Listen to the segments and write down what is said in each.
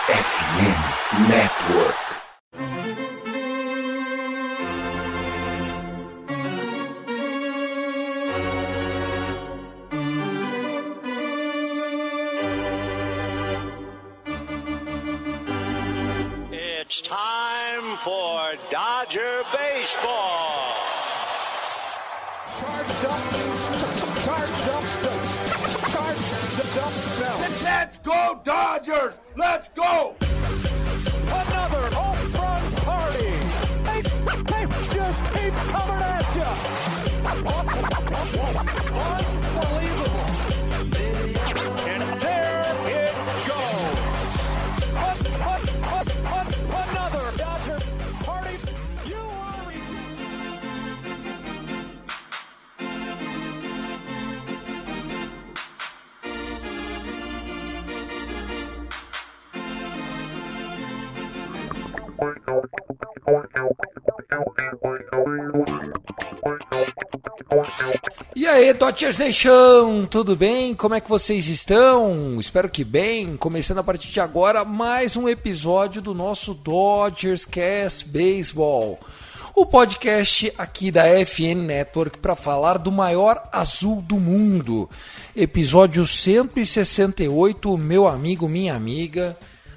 FM Network. It's time for Dodger baseball. Charged up. Let's go Dodgers! Let's go! Another home run party. They just keep coming at you. Unbelievable. And there it goes. Another Dodger party. You are E aí, Dodgers Nation, tudo bem? Como é que vocês estão? Espero que bem. Começando a partir de agora mais um episódio do nosso Dodgers Cast Baseball, o podcast aqui da FN Network para falar do maior azul do mundo. Episódio 168, meu amigo, minha amiga.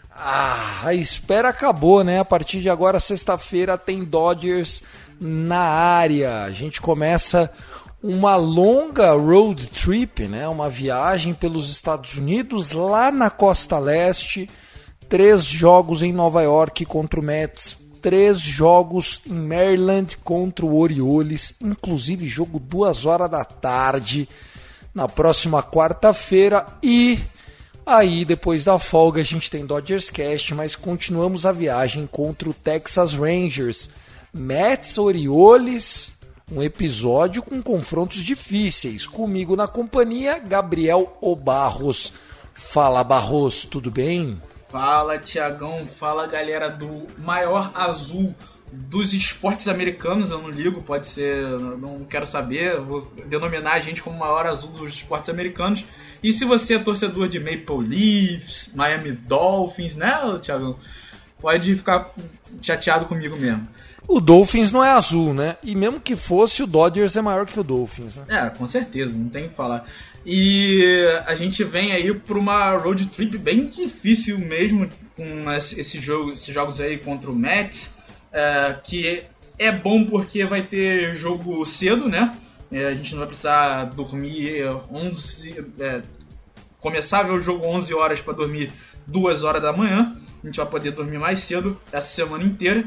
A espera acabou, né? A partir de agora, sexta-feira, tem Dodgers na área. A gente começa uma longa road trip, né? Uma viagem pelos Estados Unidos, lá na costa leste. 3 jogos em Nova York contra o Mets, 3 jogos em Maryland contra o Orioles, inclusive jogo 2 horas da tarde na próxima quarta-feira. E aí, depois da folga, a gente tem Dodgers Cast, mas continuamos a viagem contra o Texas Rangers. Mets, Orioles, um episódio com confrontos difíceis. Comigo na companhia, Gabriel Barros. Fala, Barros, tudo bem? Fala, Tiagão. Fala, galera do maior azul dos esportes americanos. Eu não ligo, pode ser, não quero saber. Eu vou denominar a gente como o maior azul dos esportes americanos. E se você é torcedor de Maple Leafs, Miami Dolphins, né, Tiagão? Pode ficar chateado comigo mesmo. O Dolphins não é azul, né? E mesmo que fosse, o Dodgers é maior que o Dolphins, né? É, com certeza, não tem o que falar. E a gente vem aí para uma road trip bem difícil mesmo, com esses jogos aí contra o Mets, que é bom porque vai ter jogo cedo, né? A gente não vai precisar dormir 11... começar a ver o jogo 11 horas para dormir 2 horas da manhã. A gente vai poder dormir mais cedo essa semana inteira.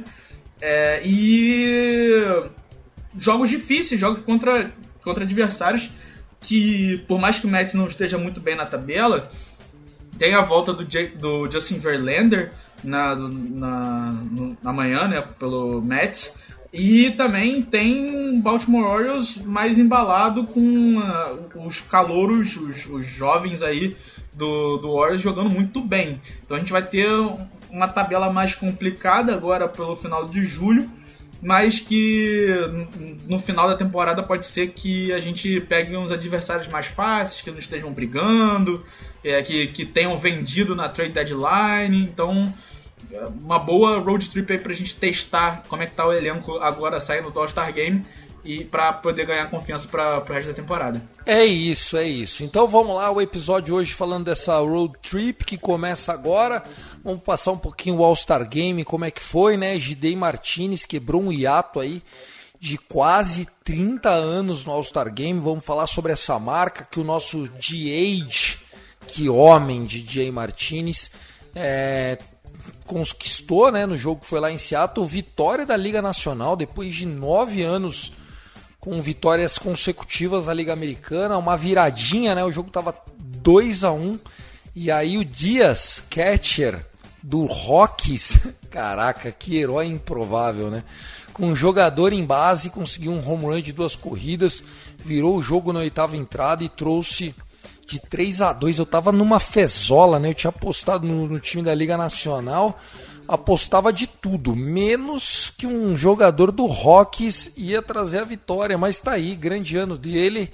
E jogos difíceis, jogos contra adversários que, por mais que o Mets não esteja muito bem na tabela, tem a volta do Justin Verlander na manhã, né, pelo Mets. E também tem um Baltimore Orioles mais embalado com os calouros, os jovens aí do Orioles jogando muito bem. Então a gente vai ter uma tabela mais complicada agora pelo final de julho, mas que no final da temporada pode ser que a gente pegue uns adversários mais fáceis, que não estejam brigando, que tenham vendido na trade deadline. Então, uma boa road trip aí pra gente testar como é que tá o elenco agora saindo do All-Star Game e para poder ganhar confiança para o resto da temporada. É isso. Então vamos lá, o episódio hoje falando dessa road trip que começa agora. Vamos passar um pouquinho o All-Star Game, como é que foi, né? J.D. Martinez quebrou um hiato aí de quase 30 anos no All-Star Game. Vamos falar sobre essa marca que o nosso DH, que homem de J.D. Martinez, conquistou, né? No jogo que foi lá em Seattle, vitória da Liga Nacional depois de 9 anos com vitórias consecutivas na Liga Americana, uma viradinha, né? O jogo estava 2-1 e aí o Diaz, catcher do Rockies, caraca, que herói improvável, né? Com um jogador em base, conseguiu um home run de 2 corridas, virou o jogo na 8ª entrada e trouxe de 3-2. Eu tava numa fezola, né? Eu tinha apostado no time da Liga Nacional, apostava de tudo, menos que um jogador do Rockies ia trazer a vitória, mas tá aí, grande ano dele.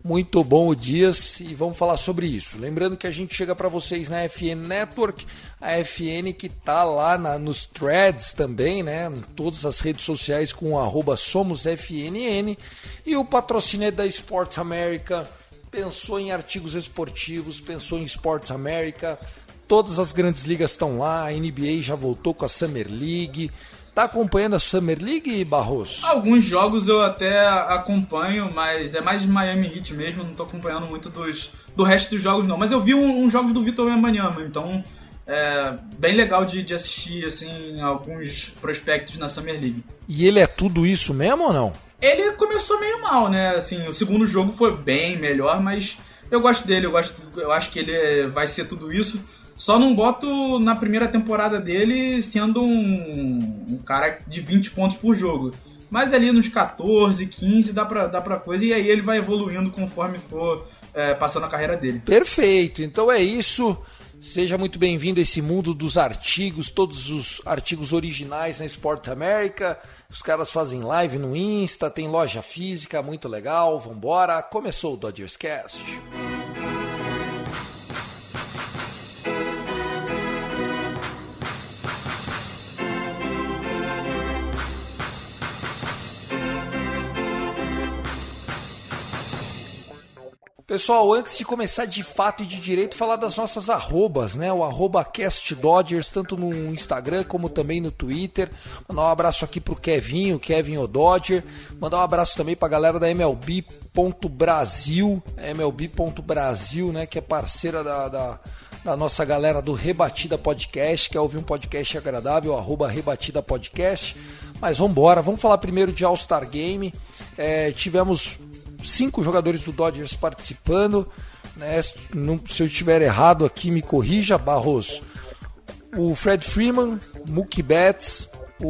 Muito bom o Dias e vamos falar sobre isso. Lembrando que a gente chega para vocês na FN Network, a FN que tá lá nos threads também, né? Em todas as redes sociais com @SomosFNN, e o patrocínio é da Sports America. Pensou em artigos esportivos, pensou em Sports America, todas as grandes ligas estão lá, a NBA já voltou com a Summer League. Tá acompanhando a Summer League, Barroso? Alguns jogos eu até acompanho, mas é mais Miami Heat mesmo, não tô acompanhando muito do resto dos jogos não. Mas eu vi uns jogos do Victor Wembanyama, então é bem legal de assistir assim, alguns prospectos na Summer League. E ele é tudo isso mesmo ou não? Ele começou meio mal, né? Assim, o segundo jogo foi bem melhor, mas eu gosto dele, eu acho que ele vai ser tudo isso. Só não boto na primeira temporada dele sendo um cara de 20 pontos por jogo. Mas ali nos 14, 15 dá pra coisa, e aí ele vai evoluindo conforme for passando a carreira dele. Perfeito, então é isso. Seja muito bem-vindo a esse mundo dos artigos, todos os artigos originais na Sport America. Os caras fazem live no Insta, tem loja física, muito legal. Vambora, começou o Dodgers Cast. Pessoal, antes de começar de fato e de direito, falar das nossas arrobas, né? O @CastDodgers, tanto no Instagram como também no Twitter. Mandar um abraço aqui pro Kevin o Dodger. Mandar um abraço também pra galera da MLB.Brasil, né? Que é parceira da nossa galera do Rebatida Podcast. Quer ouvir um podcast agradável, @Rebatida Podcast. Mas vambora, vamos falar primeiro de All-Star Game. Tivemos 5 jogadores do Dodgers participando, né? Se eu estiver errado aqui, me corrija, Barroso. O Fred Freeman, Mookie Betts,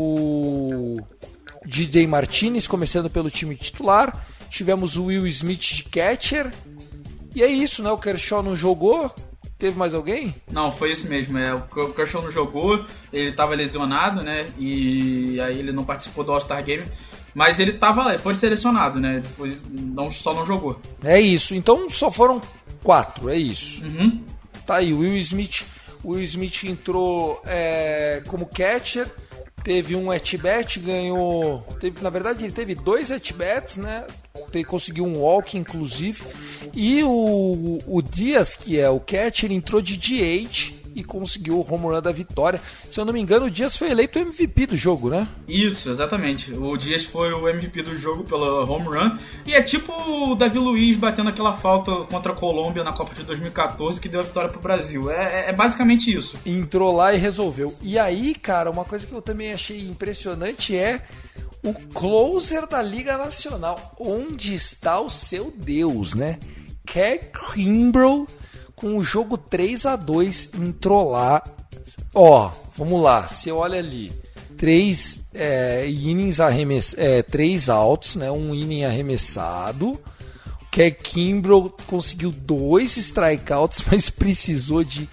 o DJ Martinez, começando pelo time titular. Tivemos o Will Smith de catcher. E é isso, né? O Kershaw não jogou. Teve mais alguém? Não, foi isso mesmo. O Kershaw não jogou, ele estava lesionado, né? E aí ele não participou do All-Star Game. Mas ele tava lá, foi selecionado, né? Só não jogou. É isso, então só foram 4, é isso. Uhum. Tá aí, o Will Smith entrou como catcher, teve um at-bat, ganhou... Na verdade, ele teve 2 at-bats, né? Conseguiu um walk, inclusive. E o Dias, que é o catcher, entrou de DH e conseguiu o home run da vitória. Se eu não me engano, o Dias foi eleito MVP do jogo, né? Isso, exatamente. O Dias foi o MVP do jogo pela home run. E é tipo o Davi Luiz batendo aquela falta contra a Colômbia na Copa de 2014 que deu a vitória pro Brasil. É basicamente isso. Entrou lá e resolveu. E aí, cara, uma coisa que eu também achei impressionante é o closer da Liga Nacional. Onde está o seu Deus, né? Craig Kimbrel, com o jogo 3-2, entrou lá. Vamos lá, você olha ali, 3 innings 3 outs, né? Um inning arremessado. O Craig Kimbrel conseguiu 2 strikeouts, mas precisou de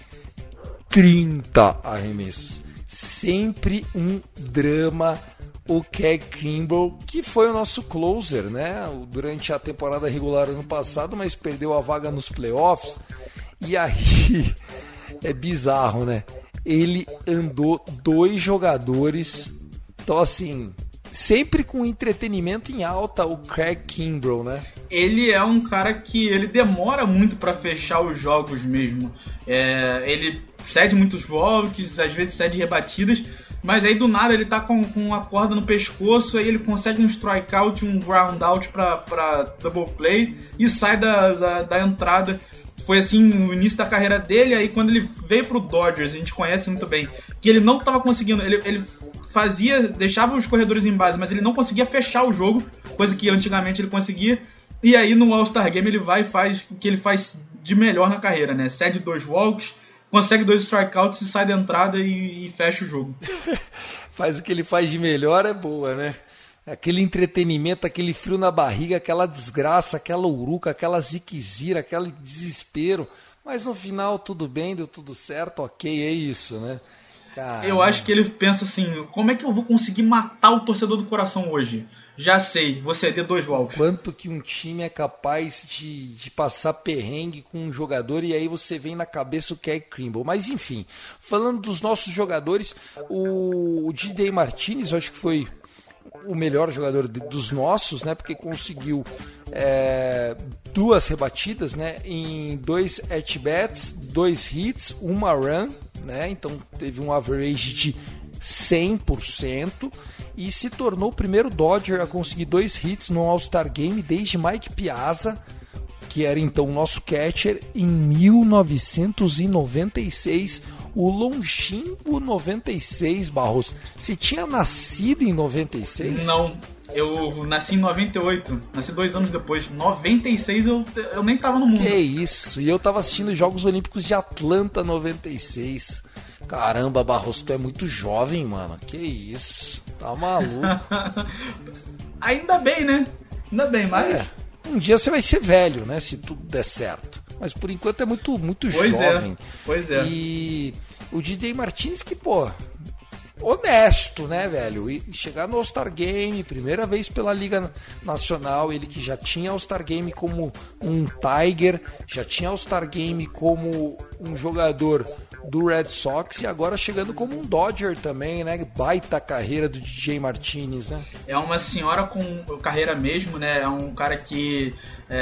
30 arremessos. Sempre um drama. O Craig Kimbrel, que foi o nosso closer, né? Durante a temporada regular ano passado, mas perdeu a vaga nos playoffs. E aí, é bizarro, né? Ele andou 2 jogadores. Então, assim, sempre com entretenimento em alta, o Craig Kimbrel, né? Ele é um cara que ele demora muito pra fechar os jogos mesmo. Ele cede muitos walks, às vezes cede rebatidas, mas aí do nada ele tá com a corda no pescoço, aí ele consegue um strikeout, um ground out pra double play e sai da entrada. Foi assim o início da carreira dele. Aí quando ele veio pro Dodgers, a gente conhece muito bem que ele não tava conseguindo, ele deixava os corredores em base, mas ele não conseguia fechar o jogo, coisa que antigamente ele conseguia. E aí no All-Star Game ele vai e faz o que ele faz de melhor na carreira, né? Cede 2 walks, consegue 2 strikeouts e sai da entrada e fecha o jogo. Faz o que ele faz de melhor, é boa, né? Aquele entretenimento, aquele frio na barriga, aquela desgraça, aquela uruca, aquela ziquezira, aquele desespero. Mas no final tudo bem, deu tudo certo, ok, é isso, né? Caramba. Eu acho que ele pensa assim, como é que eu vou conseguir matar o torcedor do coração hoje? Já sei, vou ceder 2 walks. Quanto que um time é capaz de passar perrengue com um jogador e aí você vem na cabeça o Craig Kimbrel. Mas enfim, falando dos nossos jogadores, o DJ Martinez, eu acho que foi o melhor jogador dos nossos, né? Porque conseguiu 2 rebatidas, né? Em 2 at-bats, 2 hits, 1 run, né? Então teve um average de 100% e se tornou o primeiro Dodger a conseguir 2 hits no All-Star Game desde Mike Piazza, que era então o nosso catcher, em 1996, o longínquo 96, Barros. Você tinha nascido em 96? Não, eu nasci em 98, nasci 2 anos depois. 96 eu nem tava no mundo. Que isso, e eu tava assistindo os Jogos Olímpicos de Atlanta 96. Caramba, Barros, tu é muito jovem, mano. Que isso, tá maluco. Ainda bem, né? Ainda bem, mas... Um dia você vai ser velho, né? Se tudo der certo. Mas por enquanto é muito jovem. Pois é. E o DJ Martinez que, pô, honesto, né, velho? E chegar no All-Star Game, primeira vez pela Liga Nacional, ele que já tinha All-Star Game como um Tiger, já tinha All-Star Game como um jogador do Red Sox e agora chegando como um Dodger também, né? Baita carreira do DJ Martinez, né? É uma senhora com carreira mesmo, né? É um cara que...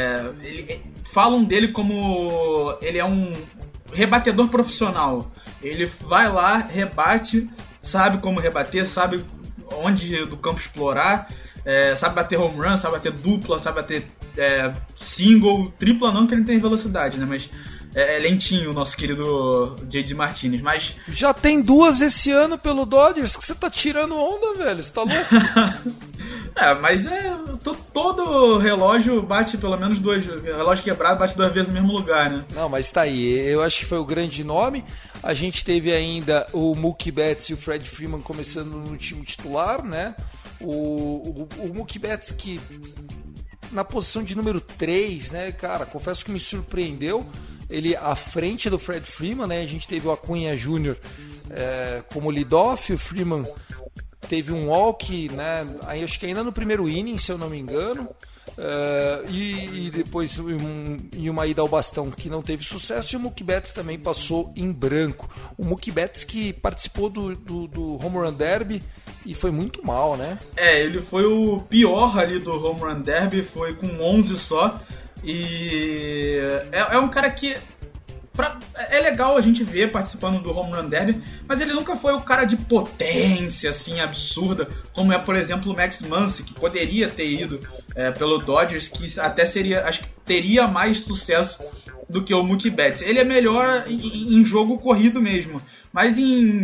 falam dele como... Ele é um rebatedor profissional. Ele vai lá, rebate, sabe como rebater, sabe onde do campo explorar, sabe bater home run, sabe bater dupla, sabe bater single, tripla não, que ele tem velocidade, né? Mas... É lentinho o nosso querido J.D. Martinez, mas... Já tem 2 esse ano pelo Dodgers, que você tá tirando onda, velho, você tá louco? Mas todo relógio bate pelo menos 2, relógio quebrado bate 2 vezes no mesmo lugar, né? Não, mas tá aí, eu acho que foi o grande nome. A gente teve ainda o Mookie Betts e o Fred Freeman começando no time titular, né? O Mookie Betts que... na posição de número 3, né, cara, confesso que me surpreendeu. Ele à frente do Fred Freeman, né? A gente teve o Acunha Jr. Como leadoff, o Freeman teve um walk, né? Aí, acho que ainda no primeiro inning, se eu não me engano. E depois em uma ida ao bastão que não teve sucesso, e o Mookie Betts também passou em branco. O Mookie Betts que participou do Home Run Derby e foi muito mal, né? Ele foi o pior ali do Home Run Derby, foi com 11 só. E é um cara que é legal a gente ver participando do Home Run Derby, mas ele nunca foi o cara de potência assim absurda, como por exemplo o Max Muncy, que poderia ter ido pelo Dodgers, que até acho que teria mais sucesso do que o Mookie Betts. Ele é melhor em jogo corrido mesmo, mas em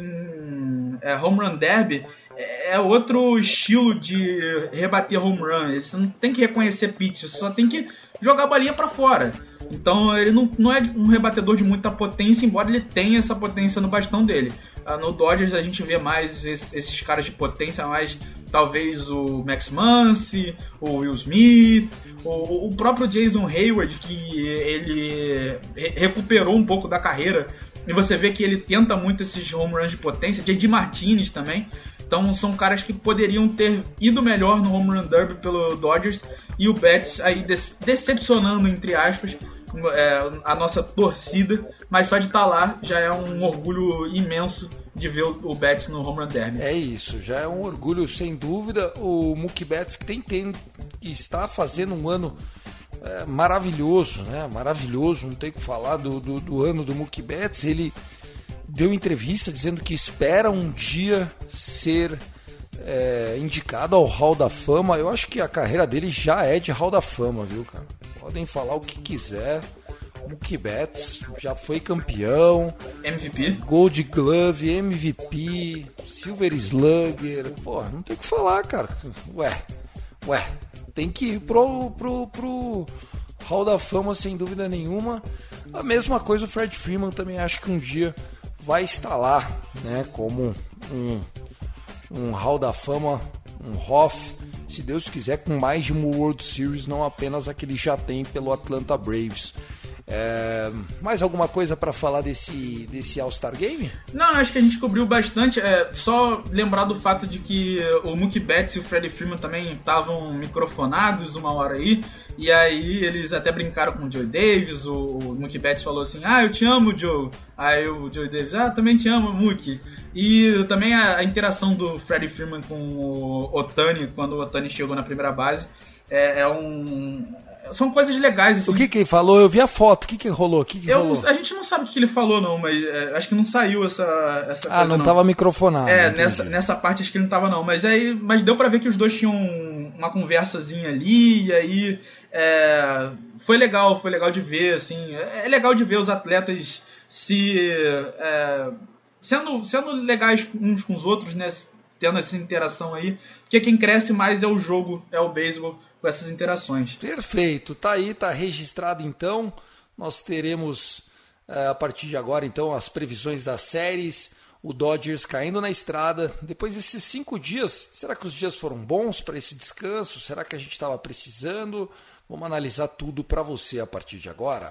Home Run Derby é outro estilo de rebater home run. Você não tem que reconhecer pitch, você só tem que jogar a bolinha pra fora. Então ele não é um rebatedor de muita potência, embora ele tenha essa potência no bastão dele. No Dodgers a gente vê mais esses caras de potência, mais talvez o Max Muncy, o Will Smith, o próprio Jason Hayward, que ele recuperou um pouco da carreira. E você vê que ele tenta muito esses home runs de potência. J.D. Martinez também. Então são caras que poderiam ter ido melhor no Home Run Derby pelo Dodgers. E o Betts aí decepcionando, entre aspas, a nossa torcida. Mas só de estar lá já é um orgulho imenso de ver o Betts no Home Run Derby. É isso, já é um orgulho sem dúvida. O Mookie Betts que está fazendo um ano maravilhoso, né? Maravilhoso, não tem o que falar do ano do Mookie Betts. Ele deu entrevista dizendo que espera um dia ser indicado ao Hall da Fama. Eu acho que a carreira dele já é de Hall da Fama, viu, cara? Podem falar o que quiser. Mookie Betts já foi campeão, MVP, Gold Glove, MVP, Silver Slugger. Pô, não tem o que falar, cara. Ué, tem que ir pro Hall da Fama sem dúvida nenhuma. A mesma coisa o Fred Freeman também acho que um dia vai estar lá, né, como um Hall da Fama, um Hoff, se Deus quiser, com mais de uma World Series, não apenas a que ele já tem pelo Atlanta Braves. Mais alguma coisa para falar desse All-Star Game? Não, acho que a gente cobriu bastante. Só lembrar do fato de que o Mookie Betts e o Freddie Freeman também estavam microfonados uma hora aí. E aí eles até brincaram com o Joe Davis. O Mookie Betts falou assim: eu te amo, Joe. Aí o Joe Davis: também te amo, Mookie. E também a interação do Freddie Freeman com o Ohtani, quando o Ohtani chegou na primeira base, são coisas legais, assim. O que ele falou? Eu vi a foto. O que rolou? Rolou? A gente não sabe o que ele falou, não, mas acho que não saiu essa coisa, não tava microfonado. Nessa parte acho que não tava, não. Mas deu pra ver que os dois tinham uma conversazinha ali, e aí foi legal de ver, assim. É legal de ver os atletas sendo legais uns com os outros, né? Tendo essa interação aí, porque quem cresce mais é o jogo, é o beisebol com essas interações. Perfeito, tá aí, tá registrado então. Nós teremos a partir de agora então as previsões das séries, o Dodgers caindo na estrada. Depois desses 5 dias, será que os dias foram bons para esse descanso? Será que a gente estava precisando? Vamos analisar tudo para você a partir de agora.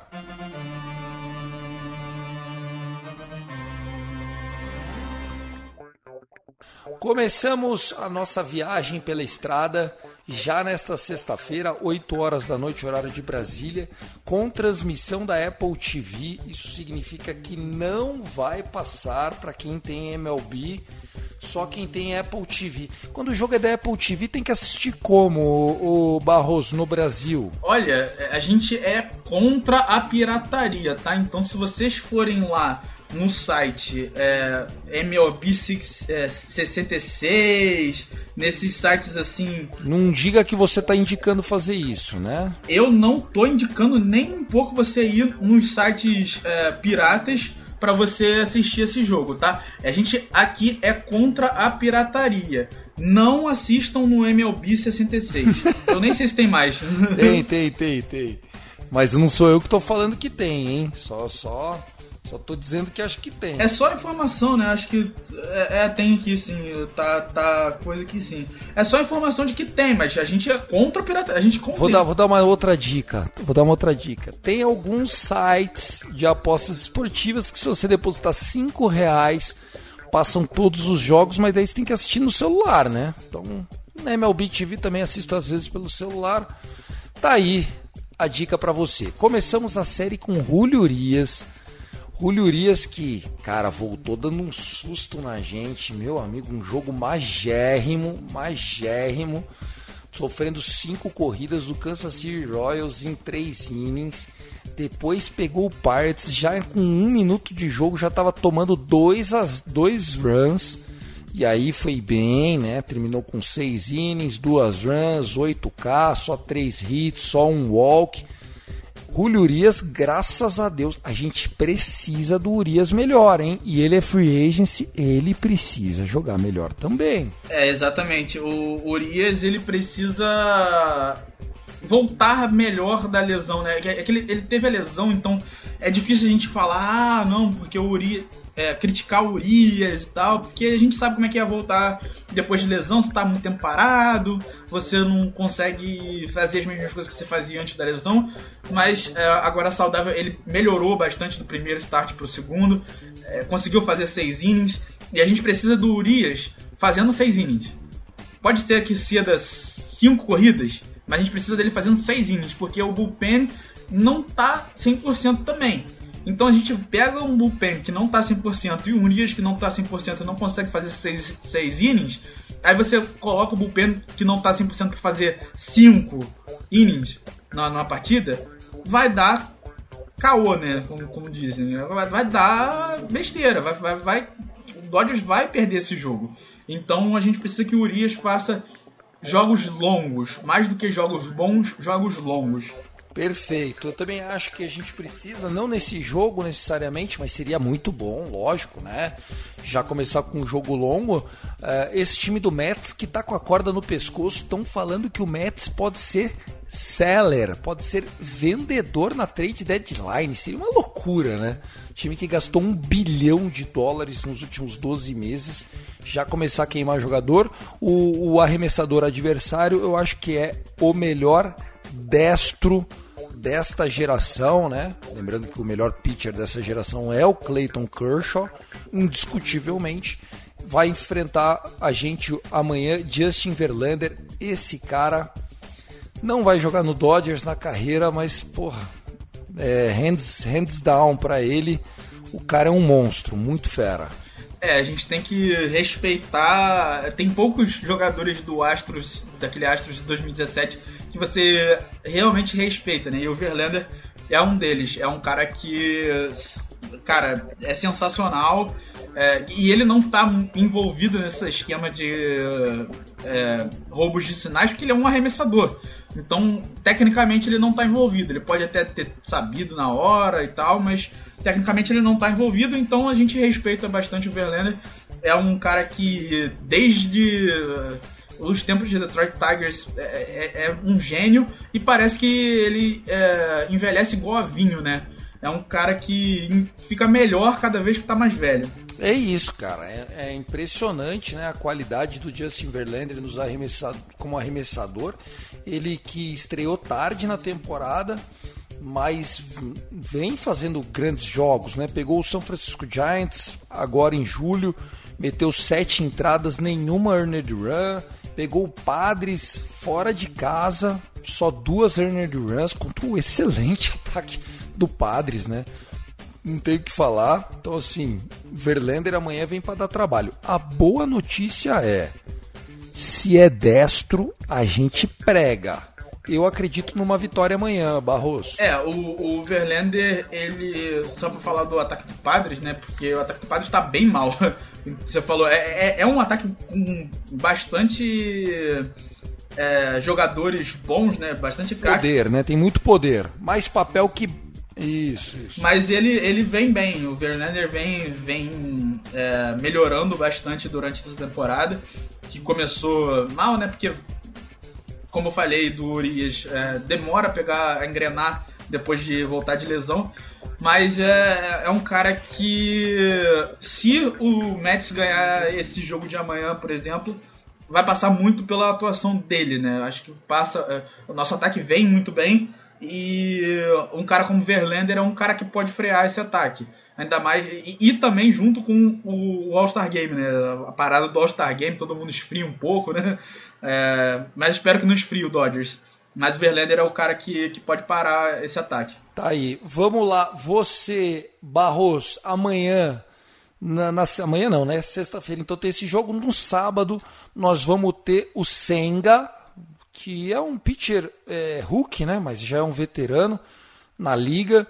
Começamos a nossa viagem pela estrada já nesta sexta-feira, 8 horas da noite, horário de Brasília, com transmissão da Apple TV. Isso significa que não vai passar para quem tem MLB, só quem tem Apple TV. Quando o jogo é da Apple TV, tem que assistir como, o Barroso, no Brasil? Olha, a gente é contra a pirataria, tá? Então, se vocês forem lá no site MLB 66, nesses sites assim... Não diga que você está indicando fazer isso, né? Eu não tô indicando nem um pouco você ir nos sites piratas para você assistir esse jogo, tá? A gente aqui é contra a pirataria. Não assistam no MLB 66. Eu nem sei se tem mais. Tem. Mas não sou eu que tô falando que tem, hein? Só tô dizendo que acho que tem. É só informação, né? Acho que tem aqui sim, tá coisa que sim. É só informação de que tem, mas a gente é contra a pirataria. A gente vou dar uma outra dica. Tem alguns sites de apostas esportivas que se você depositar R$5, passam todos os jogos, mas daí você tem que assistir no celular, né? Então, na MLB TV também assisto às vezes pelo celular. Tá aí a dica pra você. Começamos a série com Julio Urias que, cara, voltou dando um susto na gente, meu amigo, um jogo magérrimo, sofrendo 5 corridas do Kansas City Royals em 3 innings, depois pegou o Pirates, já com 1 minuto de jogo, já estava tomando 2 runs, e aí foi bem, né, terminou com 6 innings, 2 runs, 8K, só 3 hits, só 1 walk. Julio Urias, graças a Deus, a gente precisa do Urias melhor, hein? E ele é free agency, ele precisa jogar melhor também. Exatamente. O Urias, ele precisa voltar melhor da lesão, né? É que ele teve a lesão, então é difícil a gente falar, não, porque o Urias... criticar o Urias e tal, porque a gente sabe como é que é voltar depois de lesão, você tá muito tempo parado, você não consegue fazer as mesmas coisas que você fazia antes da lesão, mas agora saudável, ele melhorou bastante do primeiro start pro segundo, conseguiu fazer 6 innings, e a gente precisa do Urias fazendo 6 innings. Pode ser que seja 5 corridas, mas a gente precisa dele fazendo 6 innings, porque o bullpen não tá 100% também. Então a gente pega um bullpen que não tá 100% e um Urias que não tá 100% e não consegue fazer 6 innings, aí você coloca o bullpen que não tá 100% para fazer 5 innings numa partida, vai dar caô, né? Como dizem, vai dar besteira, o Dodgers vai perder esse jogo. Então a gente precisa que o Urias faça jogos longos, mais do que jogos bons, jogos longos. Perfeito, eu também acho que a gente precisa, não nesse jogo necessariamente, mas seria muito bom, lógico, né? Já começar com um jogo longo. Esse time do Mets que tá com a corda no pescoço, estão falando que o Mets pode ser seller, pode ser vendedor na trade deadline, seria uma loucura, né? Time que gastou $1 bilhão nos últimos 12 meses, já começar a queimar jogador. O arremessador adversário, eu acho que é o melhor destro desta geração, né? Lembrando que o melhor pitcher dessa geração é o Clayton Kershaw, indiscutivelmente. Vai enfrentar a gente amanhã, Justin Verlander. Esse cara não vai jogar no Dodgers na carreira, mas, porra, hands down pra ele. O cara é um monstro, muito fera. A gente tem que respeitar. Tem poucos jogadores daquele Astros de 2017 que você realmente respeita, né? E o Verlander é um deles. É um cara que, cara, é sensacional. E ele não tá envolvido nesse esquema de roubos de sinais, porque ele é um arremessador. Então, tecnicamente, ele não tá envolvido. Ele pode até ter sabido na hora e tal, mas tecnicamente ele não tá envolvido, então a gente respeita bastante o Verlander. É um cara que, desde os tempos de Detroit Tigers, é um gênio, e parece que ele envelhece igual a vinho, né? É um cara que fica melhor cada vez que tá mais velho. É isso, cara. É impressionante, né, a qualidade do Justin Verlander como arremessador. Ele que estreou tarde na temporada, mas vem fazendo grandes jogos, né? Pegou o San Francisco Giants agora em julho, meteu 7 entradas, nenhuma earned run. Pegou o Padres fora de casa, só 2 earned runs, contra um excelente ataque do Padres, né? Não tem o que falar. Então, assim, Verlander amanhã vem para dar trabalho. A boa notícia é: se é destro, a gente prega. Eu acredito numa vitória amanhã, Barroso. O Verlander, ele... Só pra falar do ataque do Padres, né? Porque o ataque do Padres tá bem mal. Você falou, é um ataque com bastante jogadores bons, né? Bastante craque. Poder, né? Tem muito poder. Mais papel que... Isso. Mas ele vem bem. O Verlander vem melhorando bastante durante essa temporada, que começou mal, né? Porque, como eu falei do Urias, demora a engrenar depois de voltar de lesão. Mas é um cara que, se o Mets ganhar esse jogo de amanhã, por exemplo, vai passar muito pela atuação dele, né? Acho que o nosso ataque vem muito bem, e um cara como Verlander é um cara que pode frear esse ataque. Ainda mais, e também junto com o All-Star Game, né? A parada do All-Star Game, todo mundo esfria um pouco, né? Mas espero que não esfrie o Dodgers. Mas o Verlander é o cara que pode parar esse ataque. Tá aí, vamos lá. Você, Barros, amanhã... amanhã não, né? Sexta-feira, então tem esse jogo. No sábado nós vamos ter o Senga, que é um pitcher rookie, né? Mas já é um veterano na liga.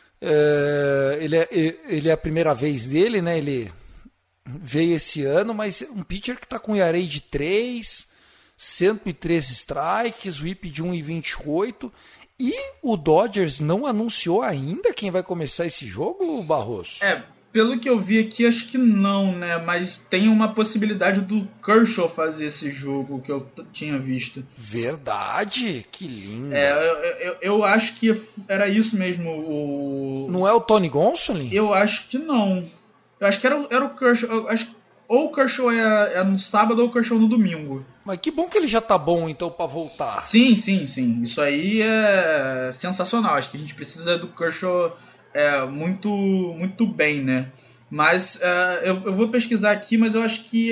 Ele é a primeira vez dele, né? Ele veio esse ano, mas um pitcher que está com ERA de 3, 103 strikes, whip de 1,28. E o Dodgers não anunciou ainda quem vai começar esse jogo, Barroso? Pelo que eu vi aqui, acho que não, né? Mas tem uma possibilidade do Kershaw fazer esse jogo, que eu tinha visto. Verdade? Que lindo. Eu acho que era isso mesmo. Não é o Tony Gonsolin? Eu acho que não. Eu acho que era o Kershaw. Ou o Kershaw é no sábado ou o Kershaw no domingo. Mas que bom que ele já tá bom, então, pra voltar. Sim. Isso aí é sensacional. Acho que a gente precisa do Kershaw... muito, muito bem, né? Mas eu vou pesquisar aqui, mas eu acho que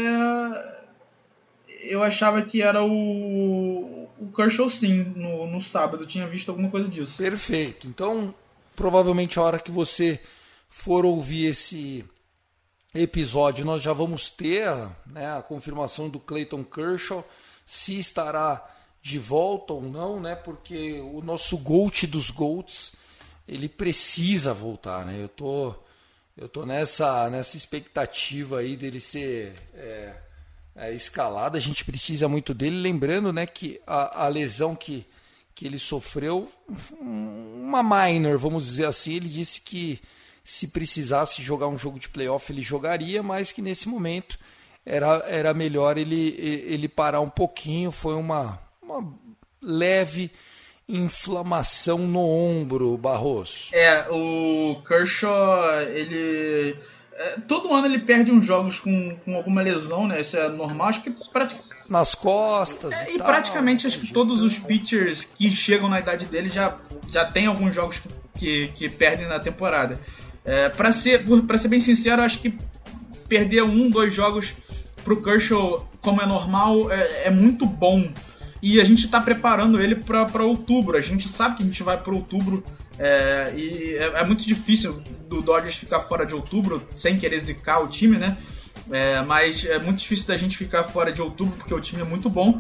eu achava que era o Kershaw, sim, no sábado. Eu tinha visto alguma coisa disso. Perfeito. Então, provavelmente a hora que você for ouvir esse episódio, nós já vamos ter, né, a confirmação do Clayton Kershaw, se estará de volta ou não, né? Porque o nosso GOAT dos GOATs, ele precisa voltar, né? Eu tô nessa expectativa aí dele ser escalado. A gente precisa muito dele. Lembrando, né, que a lesão que ele sofreu, uma minor, vamos dizer assim, ele disse que se precisasse jogar um jogo de playoff ele jogaria, mas que nesse momento era melhor ele parar um pouquinho. Foi uma leve inflamação no ombro, Barroso. O Kershaw, ele todo ano ele perde uns jogos com alguma lesão, né? Isso é normal, acho que nas costas e praticamente acho que todos os pitchers que chegam na idade dele já tem alguns jogos que perdem na temporada. Pra ser bem sincero, acho que perder 1-2 jogos pro Kershaw, como é normal, é muito bom. E a gente tá preparando ele pra outubro. A gente sabe que a gente vai pro outubro. E é muito difícil do Dodgers ficar fora de outubro, sem querer zicar o time, né? Mas é muito difícil da gente ficar fora de outubro, porque o time é muito bom.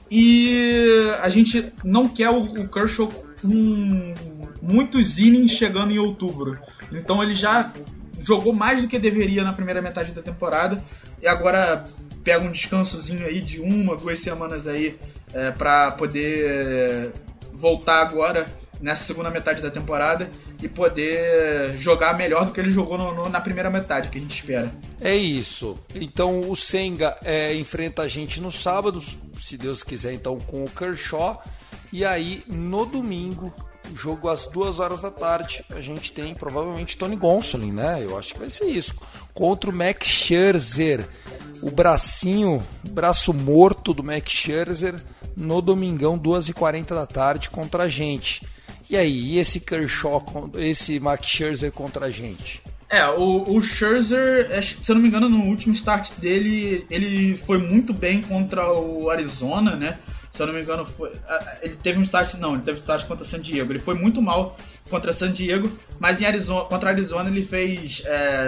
E a gente não quer o Kershaw com muitos innings chegando em outubro. Então ele já jogou mais do que deveria na primeira metade da temporada. E agora pega um descansozinho aí de 1-2 semanas aí pra poder voltar agora nessa segunda metade da temporada e poder jogar melhor do que ele jogou na primeira metade, que a gente espera. É isso. Então o Senga enfrenta a gente no sábado, se Deus quiser, então com o Kershaw. E aí no domingo, jogo às 2 horas da tarde, a gente tem provavelmente Tony Gonsolin, né? Eu acho que vai ser isso. Contra o Max Scherzer. O braço morto do Max Scherzer no domingão, 2h40 da tarde, contra a gente. E aí, esse Kershaw, esse Max Scherzer contra a gente? O Scherzer, se eu não me engano, no último start dele, ele foi muito bem contra o Arizona, né? Se eu não me engano, ele teve um start contra San Diego. Ele foi muito mal contra San Diego, mas contra Arizona ele fez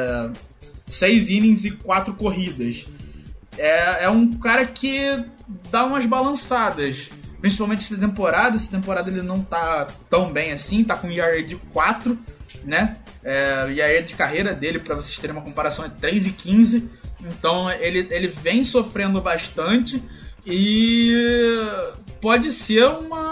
6 innings e 4 corridas. É um cara que dá umas balançadas, principalmente essa temporada. Essa temporada ele não tá tão bem assim, tá com um ERA de 4, né? O ERA de carreira dele, para vocês terem uma comparação, é 3,15. Então ele vem sofrendo bastante e pode ser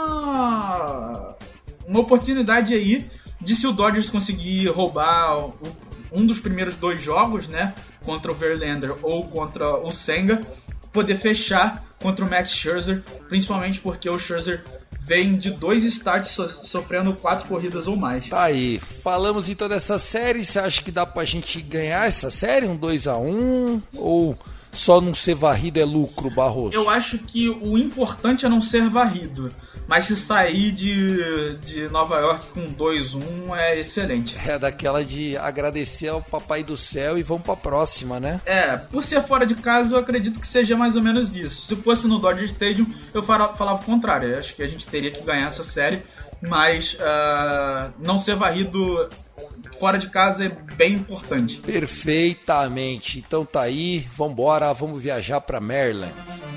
uma oportunidade aí de, se o Dodgers conseguir roubar um dos primeiros 2 jogos, né, contra o Verlander ou contra o Senga, poder fechar contra o Max Scherzer, principalmente porque o Scherzer vem de 2 starts sofrendo 4 corridas ou mais. Tá aí, falamos então dessa série. Você acha que dá pra gente ganhar essa série, um 2-1, ou só não ser varrido é lucro, Barroso? Eu acho que o importante é não ser varrido, mas se sair de Nova York com 2-1 é excelente. É daquela de agradecer ao papai do céu e vamos pra próxima, né? Por ser fora de casa, eu acredito que seja mais ou menos isso. Se fosse no Dodger Stadium, eu falava o contrário. Eu acho que a gente teria que ganhar essa série, mas não ser varrido fora de casa é bem importante. Perfeitamente. Então tá aí, vambora, vamos viajar pra Maryland.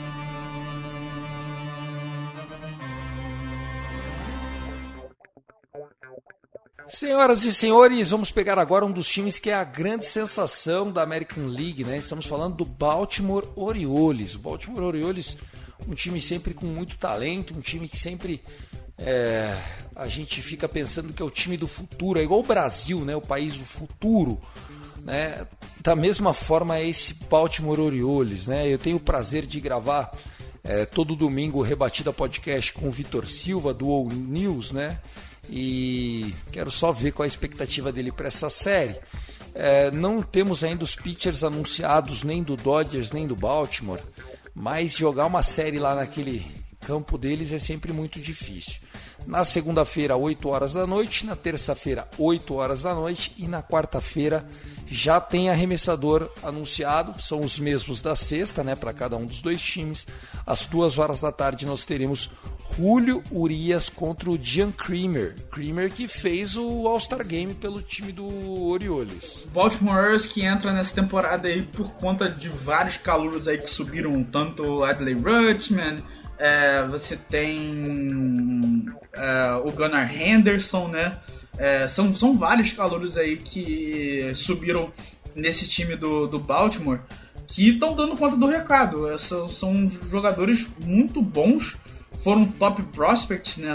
Senhoras e senhores, vamos pegar agora um dos times que é a grande sensação da American League, né? Estamos falando do Baltimore Orioles. O Baltimore Orioles, um time sempre com muito talento, um time que sempre a gente fica pensando que é o time do futuro, é igual o Brasil, né? O país do futuro, né? Da mesma forma é esse Baltimore Orioles, né? Eu tenho o prazer de gravar todo domingo o Rebatida Podcast com o Vitor Silva do All News, né? E quero só ver qual é a expectativa dele para essa série. Não temos ainda os pitchers anunciados, nem do Dodgers, nem do Baltimore, mas jogar uma série lá naquele campo deles é sempre muito difícil. Na segunda-feira, 8 horas da noite, na terça-feira, 8 horas da noite e na quarta-feira já tem arremessador anunciado, são os mesmos da sexta, né, para cada um dos 2 times. Às 2 horas da tarde nós teremos Julio Urias contra o Jan Kremer que fez o All-Star Game pelo time do Orioles. Baltimore Orioles que entra nessa temporada aí por conta de vários calouros aí que subiram, tanto Adley Rutschman, você tem o Gunnar Henderson, né? São vários calouros aí que subiram nesse time do Baltimore, que estão dando conta do recado. São jogadores muito bons, foram top prospects, né,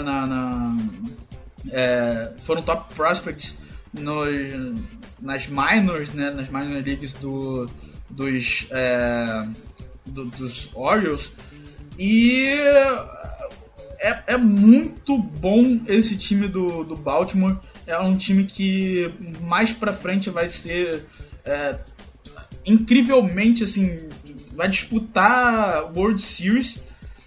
foram top prospects nas minors, né, nas minor leagues dos Orioles. E é muito bom esse time do Baltimore. É um time que mais pra frente vai ser incrivelmente, assim, vai disputar World Series,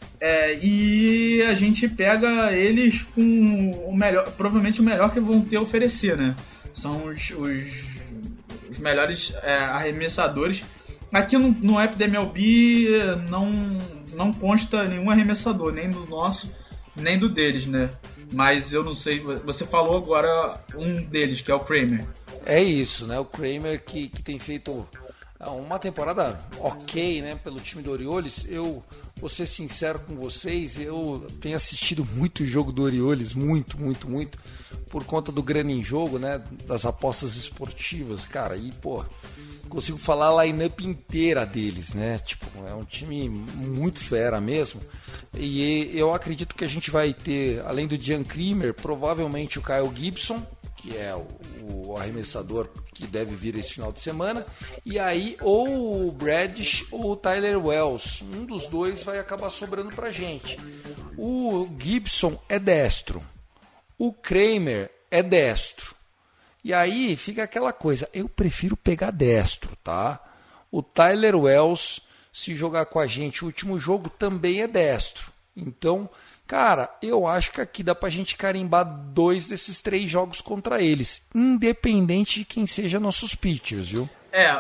e a gente pega eles com o melhor, provavelmente o melhor que vão ter a oferecer, né? São os melhores arremessadores. Aqui no app da MLB não consta nenhum arremessador, nem do nosso, nem do deles, né? Mas eu não sei, você falou agora um deles, que é o Kramer. É isso, né? O Kramer que tem feito uma temporada ok, né? Pelo time do Orioles. Eu vou ser sincero com vocês, eu tenho assistido muito o jogo do Orioles, muito, por conta do grana em jogo, né? Das apostas esportivas, cara, e pô, consigo falar a line-up inteira deles, né? Tipo, é um time muito fera mesmo. E eu acredito que a gente vai ter, além do Jan Kramer, provavelmente o Kyle Gibson, que é o arremessador que deve vir esse final de semana. E aí, ou o Bradish ou o Tyler Wells. Um dos dois vai acabar sobrando pra gente. O Gibson é destro. O Kramer é destro. E aí fica aquela coisa, eu prefiro pegar destro, tá? O Tyler Wells, se jogar com a gente o último jogo, também é destro. Então, cara, eu acho que aqui dá pra gente carimbar 2 desses 3 jogos contra eles, independente de quem seja nossos pitchers, viu?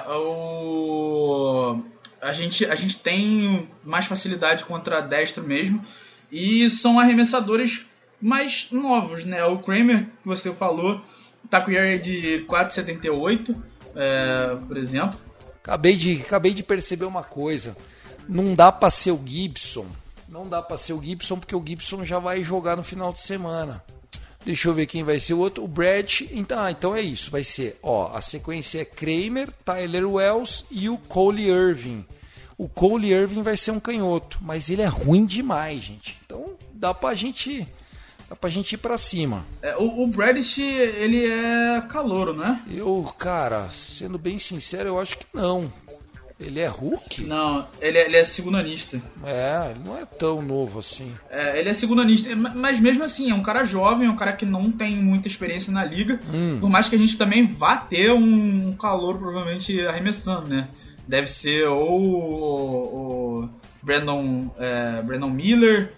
A gente tem mais facilidade contra destro mesmo, e são arremessadores mais novos, né? O Kramer, que você falou, tá com o ERA de 4,78, por exemplo. Acabei de perceber uma coisa. Não dá pra ser o Gibson. Não dá pra ser o Gibson, porque o Gibson já vai jogar no final de semana. Deixa eu ver quem vai ser o outro. O Brad. Então é isso. Vai ser, a sequência é Kramer, Tyler Wells e o Cole Irvin. O Cole Irvin vai ser um canhoto, mas ele é ruim demais, gente. Então dá pra gente ir pra cima. O Bradish, ele é calouro, não é? Cara, sendo bem sincero, eu acho que não. Ele é Hulk? Não, ele é segundanista. Ele não é tão novo assim. Ele é segundanista, mas mesmo assim, é um cara jovem, é um cara que não tem muita experiência na liga. Por mais que a gente também vá ter um calouro provavelmente arremessando, né? Deve ser ou o Brandon Miller,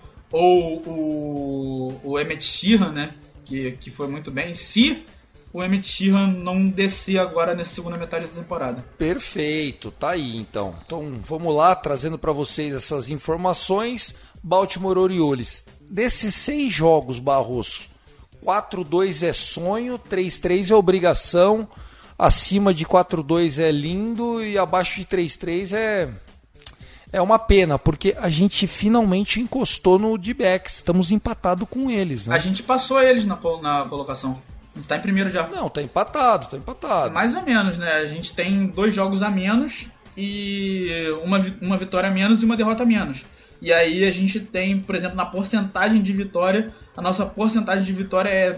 ou o Emmett Sheehan, né? Que foi muito bem. Se o Emmett Sheehan não descer agora nessa segunda metade da temporada. Perfeito, tá aí então. Então vamos lá, trazendo para vocês essas informações. Baltimore Orioles. Desses 6 jogos, Barroso, 4-2 é sonho, 3-3 é obrigação, acima de 4-2 é lindo e abaixo de 3-3 é uma pena, porque a gente finalmente encostou no D-backs. Estamos empatados com eles, né? A gente passou eles na colocação. Tá em primeiro já. Não, tá empatado. Mais ou menos, né? A gente tem 2 jogos a menos e uma vitória a menos e uma derrota a menos. E aí a gente tem, por exemplo, na porcentagem de vitória, a nossa porcentagem de vitória é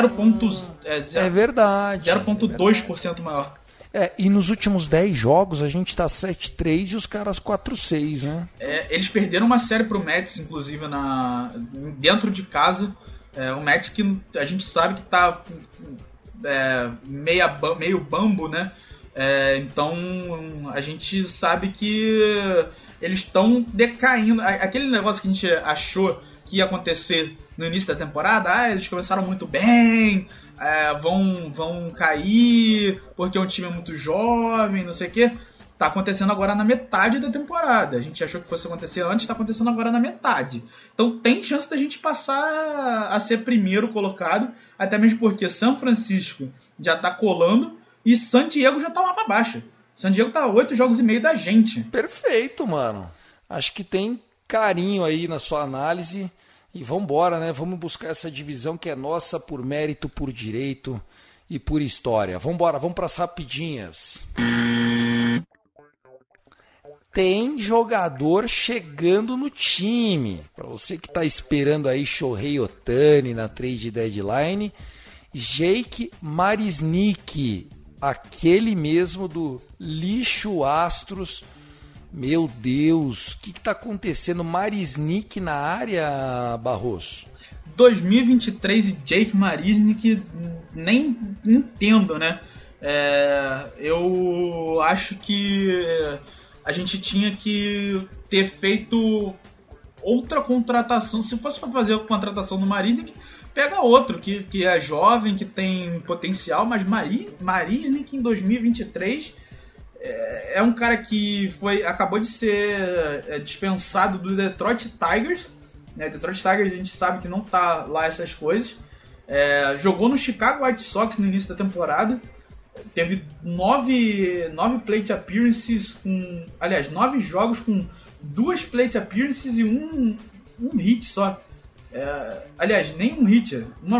0,2% maior. E nos últimos 10 jogos a gente tá 7-3 e os caras 4-6, né? Eles perderam uma série pro Mets, inclusive, dentro de casa. O Mets que a gente sabe que tá meio bambo, né? Então a gente sabe que eles estão decaindo. Aquele negócio que a gente achou que ia acontecer no início da temporada, eles começaram muito bem, vão cair porque é um time muito jovem, não sei o que. Tá acontecendo agora na metade da temporada. A gente achou que fosse acontecer antes, tá acontecendo agora na metade. Então tem chance da gente passar a ser primeiro colocado, até mesmo porque São Francisco já tá colando e San Diego já tá lá pra baixo. San Diego tá 8 jogos e meio da gente. Perfeito, mano. Acho que tem carinho aí na sua análise. E vambora, né? Vamos buscar essa divisão que é nossa por mérito, por direito e por história. Vambora, vamos pras rapidinhas. Tem jogador chegando no time. Para você que está esperando aí Shohei Ohtani na trade deadline, Jake Marisnick, aquele mesmo do lixo Astros. Meu Deus, o que está acontecendo? Marisnick na área, Barroso? 2023 e Jake Marisnick, nem entendo, né? Eu acho que a gente tinha que ter feito outra contratação. Se fosse para fazer a contratação do Marisnik, pega outro que é jovem, que tem potencial, mas Marisnik em 2023 é um cara que acabou de ser dispensado do Detroit Tigers. Né? Detroit Tigers a gente sabe que não tá lá essas coisas. Jogou no Chicago White Sox no início da temporada. Teve 9 plate appearances, 9 jogos com 2 plate appearances e um hit só. Nem um hit, uma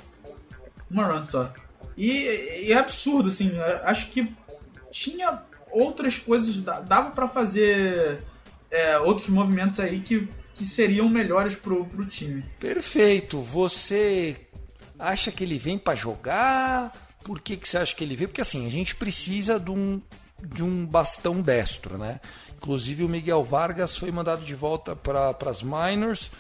run só. E é absurdo, assim. Acho que tinha outras coisas, dava pra fazer outros movimentos aí que seriam melhores pro time. Perfeito. Você acha que ele vem pra jogar? Por que você acha que ele vem? Porque assim, a gente precisa de um bastão destro, né? Inclusive o Miguel Vargas foi mandado de volta para as minors,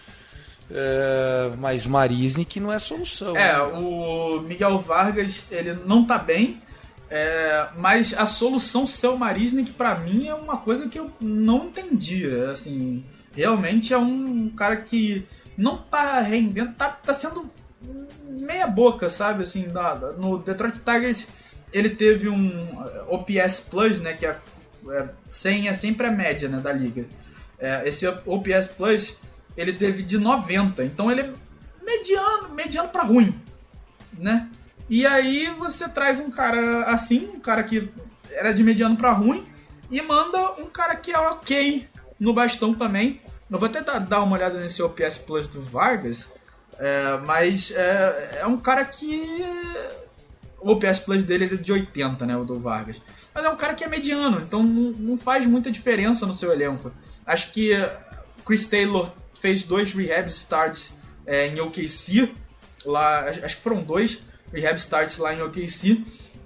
mas Marisnik não é solução. Né? O Miguel Vargas ele não tá bem, mas a solução ser o Marisnik pra mim é uma coisa que eu não entendi. Assim, realmente é um cara que não tá rendendo, tá sendo meia boca, sabe? Assim, no Detroit Tigers ele teve um OPS Plus, né? Que 100 é sempre a média, né, da liga. Esse OPS Plus ele teve de 90, então ele é mediano pra ruim, né? E aí você traz um cara assim, um cara que era de mediano pra ruim, e manda um cara que é ok no bastão também. Eu vou até dar uma olhada nesse OPS Plus do Vargas, mas é um cara que o OPS Plus dele é de 80, né, o do Vargas. Mas é um cara que é mediano, então não faz muita diferença no seu elenco. Acho que Chris Taylor fez 2 rehab starts em OKC, lá, acho que foram 2 rehab starts lá em OKC,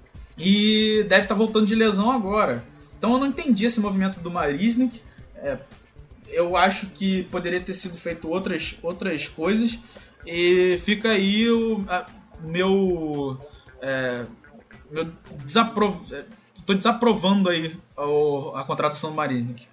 e deve estar voltando de lesão agora. Então eu não entendi esse movimento do Marisnik. Eu acho que poderia ter sido feito outras coisas, e fica aí tô desaprovando aí a contratação do Marisnik.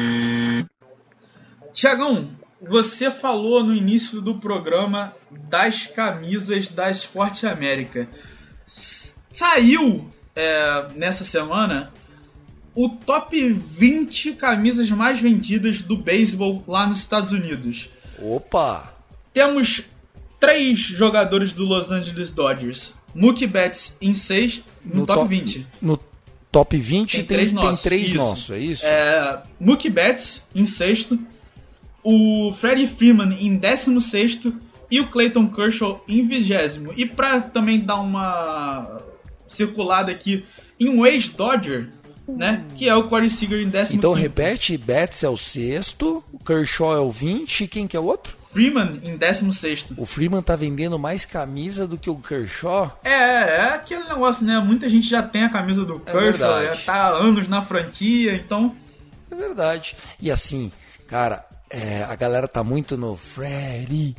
Tiagão, você falou no início do programa das camisas da Sport América. Saiu nessa semana o top 20 camisas mais vendidas do beisebol lá nos Estados Unidos. Opa! Temos 3 jogadores do Los Angeles Dodgers. Mookie Betts em 6, no top 20. No top 20 tem 3 isso. nossos, é isso? Mookie Betts em 6º, o Freddie Freeman em 16º e o Clayton Kershaw em 20º. E pra também dar uma circulada aqui em um ex-Dodger, né, que é o Corey Seager em 15º. Então repete, Betts é o 6º, o Kershaw é o 20, e quem que é o outro? Freeman em 16º. O Freeman tá vendendo mais camisa do que o Kershaw? É aquele negócio, né? Muita gente já tem a camisa do Kershaw, já tá há anos na franquia, então... É verdade. E assim, cara, a galera tá muito no Freddie.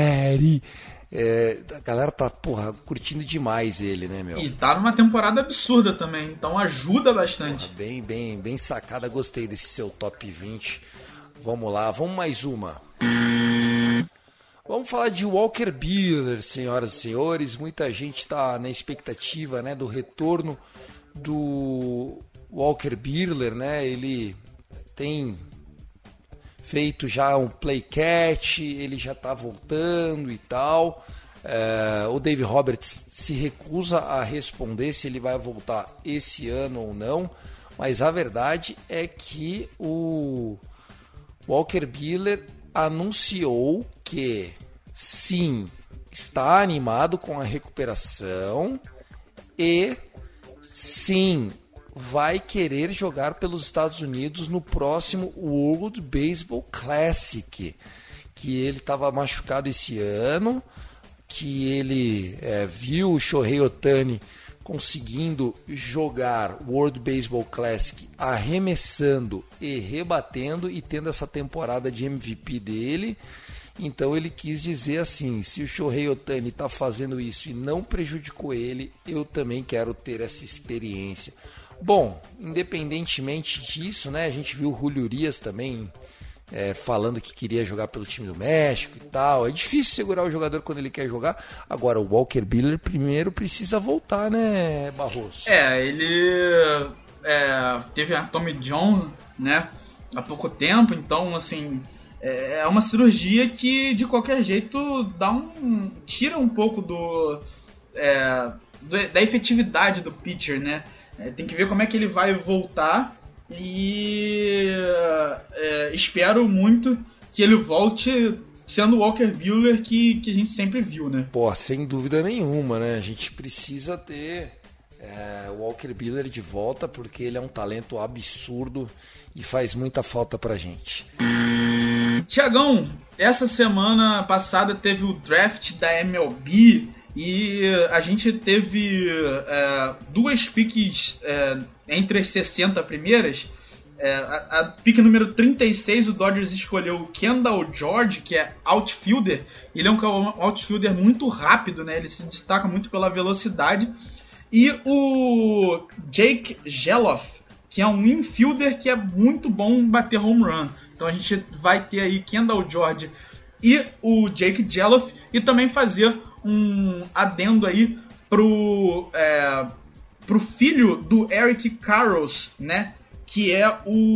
A galera tá, curtindo demais ele, né, meu? E tá numa temporada absurda também, então ajuda bastante. Bem sacada, gostei desse seu top 20. Vamos lá, vamos mais uma. Vamos falar de Walker Buehler, senhoras e senhores. Muita gente está na expectativa, né, do retorno do Walker Buehler, né? Ele tem feito já um play catch, ele já está voltando e tal. O Dave Roberts se recusa a responder se ele vai voltar esse ano ou não, mas a verdade é que o Walker Buehler anunciou que sim, está animado com a recuperação e sim, vai querer jogar pelos Estados Unidos no próximo World Baseball Classic, que ele estava machucado esse ano, que ele viu o Shohei Ohtani conseguindo jogar World Baseball Classic, arremessando e rebatendo e tendo essa temporada de MVP dele. Então ele quis dizer assim, se o Shohei Ohtani está fazendo isso e não prejudicou ele, eu também quero ter essa experiência. Bom, independentemente disso, né, a gente viu o Julio Urias também falando que queria jogar pelo time do México e tal. É difícil segurar o jogador quando ele quer jogar. Agora, o Walker Buehler primeiro precisa voltar, né, Barroso? Ele teve a Tommy John, né, há pouco tempo, então, assim, é uma cirurgia que, de qualquer jeito, tira um pouco da efetividade do pitcher, né? Tem que ver como é que ele vai voltar. E espero muito que ele volte sendo o Walker Buehler que a gente sempre viu, né? Pô, sem dúvida nenhuma, né? A gente precisa ter o Walker Buehler de volta, porque ele é um talento absurdo e faz muita falta pra gente. Tiagão, essa semana passada teve o draft da MLB e a gente teve 2 piques entre as 60 primeiras. A pick número 36, o Dodgers escolheu o Kendall George, que é outfielder. Ele é um outfielder muito rápido, né? Ele se destaca muito pela velocidade. E o Jake Geloff, que é um infielder que é muito bom em bater home run. Então a gente vai ter aí Kendall George e o Jake Geloff, e também fazer um adendo aí pro filho do Eric Karros, né? Que é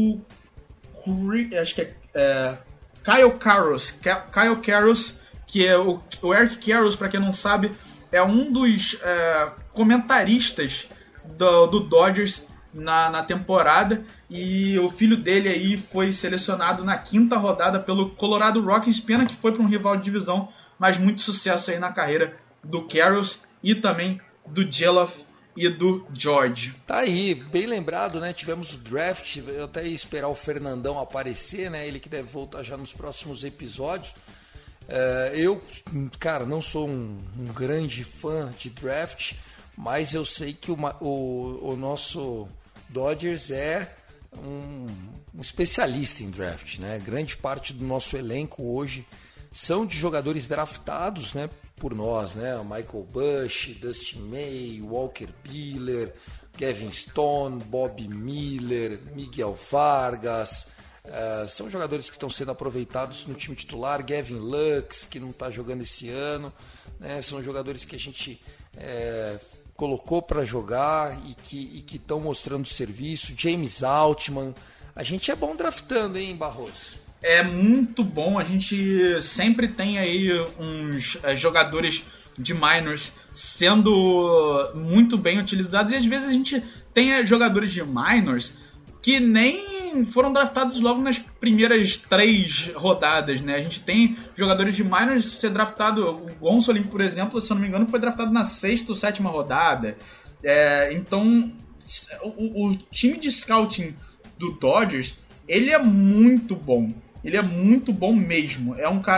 acho que Kyle Karros. Kyle Karros, que é o Eric Karros, para quem não sabe, é um dos comentaristas do Dodgers na temporada, e o filho dele aí foi selecionado na 5ª rodada pelo Colorado Rockies, pena que foi para um rival de divisão, mas muito sucesso aí na carreira do Karros e também do Geloff e do George. Tá aí, bem lembrado, né? Tivemos o draft, eu até ia esperar o Fernandão aparecer, né? Ele que deve voltar já nos próximos episódios. Eu, cara, não sou um grande fã de draft, mas eu sei que o nosso Dodgers é um especialista em draft, né? Grande parte do nosso elenco hoje são de jogadores draftados, né, por nós, né? Michael Busch, Dusty May, Walker Buehler, Gavin Stone, Bob Miller, Miguel Vargas. São jogadores que estão sendo aproveitados no time titular. Gavin Lux, que não está jogando esse ano, né? São jogadores que a gente colocou para jogar e que estão mostrando serviço. James Altman. A gente é bom draftando, hein, Barroso? É muito bom, a gente sempre tem aí uns jogadores de minors sendo muito bem utilizados, e às vezes a gente tem jogadores de minors que nem foram draftados logo nas primeiras 3 rodadas, né? A gente tem jogadores de minors ser draftado, o Gonsolin, por exemplo, se eu não me engano, foi draftado na 6ª ou 7ª rodada. Então, o time de scouting do Dodgers, ele é muito bom. Ele é muito bom mesmo.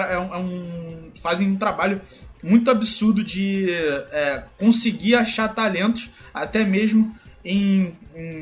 Fazem um trabalho muito absurdo de conseguir achar talentos, até mesmo em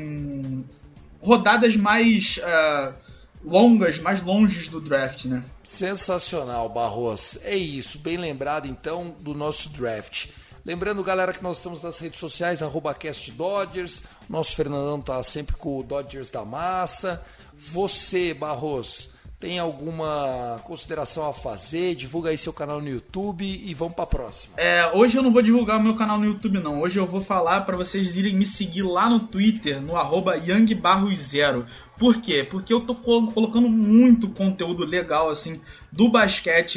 rodadas mais longas, mais longes do draft, né? Sensacional, Barros. É isso, bem lembrado então do nosso draft. Lembrando, galera, que nós estamos nas redes sociais, @CastDodgers. Nosso Fernandão tá sempre com o Dodgers da Massa. Você, Barros, tem alguma consideração a fazer? Divulga aí seu canal no YouTube e vamos pra próxima. Hoje eu não vou divulgar o meu canal no YouTube, não. Hoje eu vou falar para vocês irem me seguir lá no Twitter, no @YoungBarros0. Por quê? Porque eu tô colocando muito conteúdo legal, assim, do basquete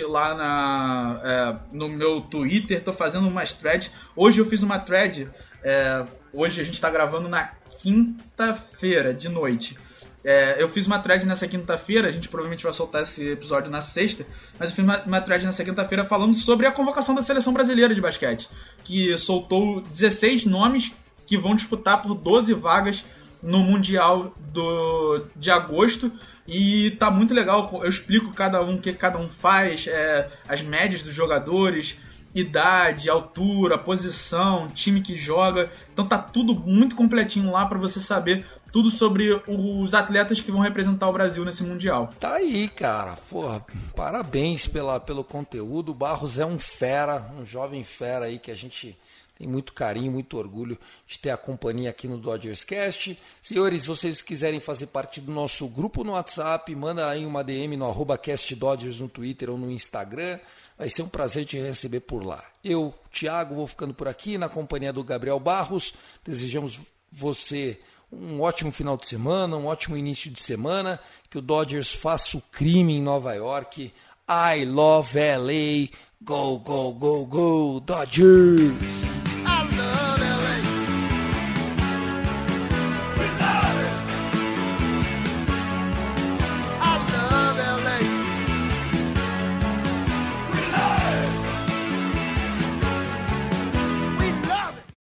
lá no meu Twitter. Tô fazendo umas threads. Hoje eu fiz uma thread. Hoje a gente tá gravando na quinta-feira de noite. Eu fiz uma thread nessa quinta-feira, a gente provavelmente vai soltar esse episódio na sexta, mas eu fiz uma thread nessa quinta-feira falando sobre a convocação da Seleção Brasileira de Basquete, que soltou 16 nomes que vão disputar por 12 vagas no Mundial de agosto, e tá muito legal. Eu explico o que cada um faz, as médias dos jogadores, idade, altura, posição, time que joga. Então tá tudo muito completinho lá para você saber tudo sobre os atletas que vão representar o Brasil nesse Mundial. Tá aí, cara. Porra, parabéns pelo conteúdo. O Barros é um fera, um jovem fera aí que a gente tem muito carinho, muito orgulho de ter a companhia aqui no Dodgers Cast. Senhores, se vocês quiserem fazer parte do nosso grupo no WhatsApp, manda aí uma DM no @CastDodgers no Twitter ou no Instagram. Vai ser um prazer te receber por lá. Eu, Thiago, vou ficando por aqui na companhia do Gabriel Barros. Desejamos você um ótimo final de semana, um ótimo início de semana. Que o Dodgers faça o crime em Nova York. I love LA. Go, go, go, go, Dodgers!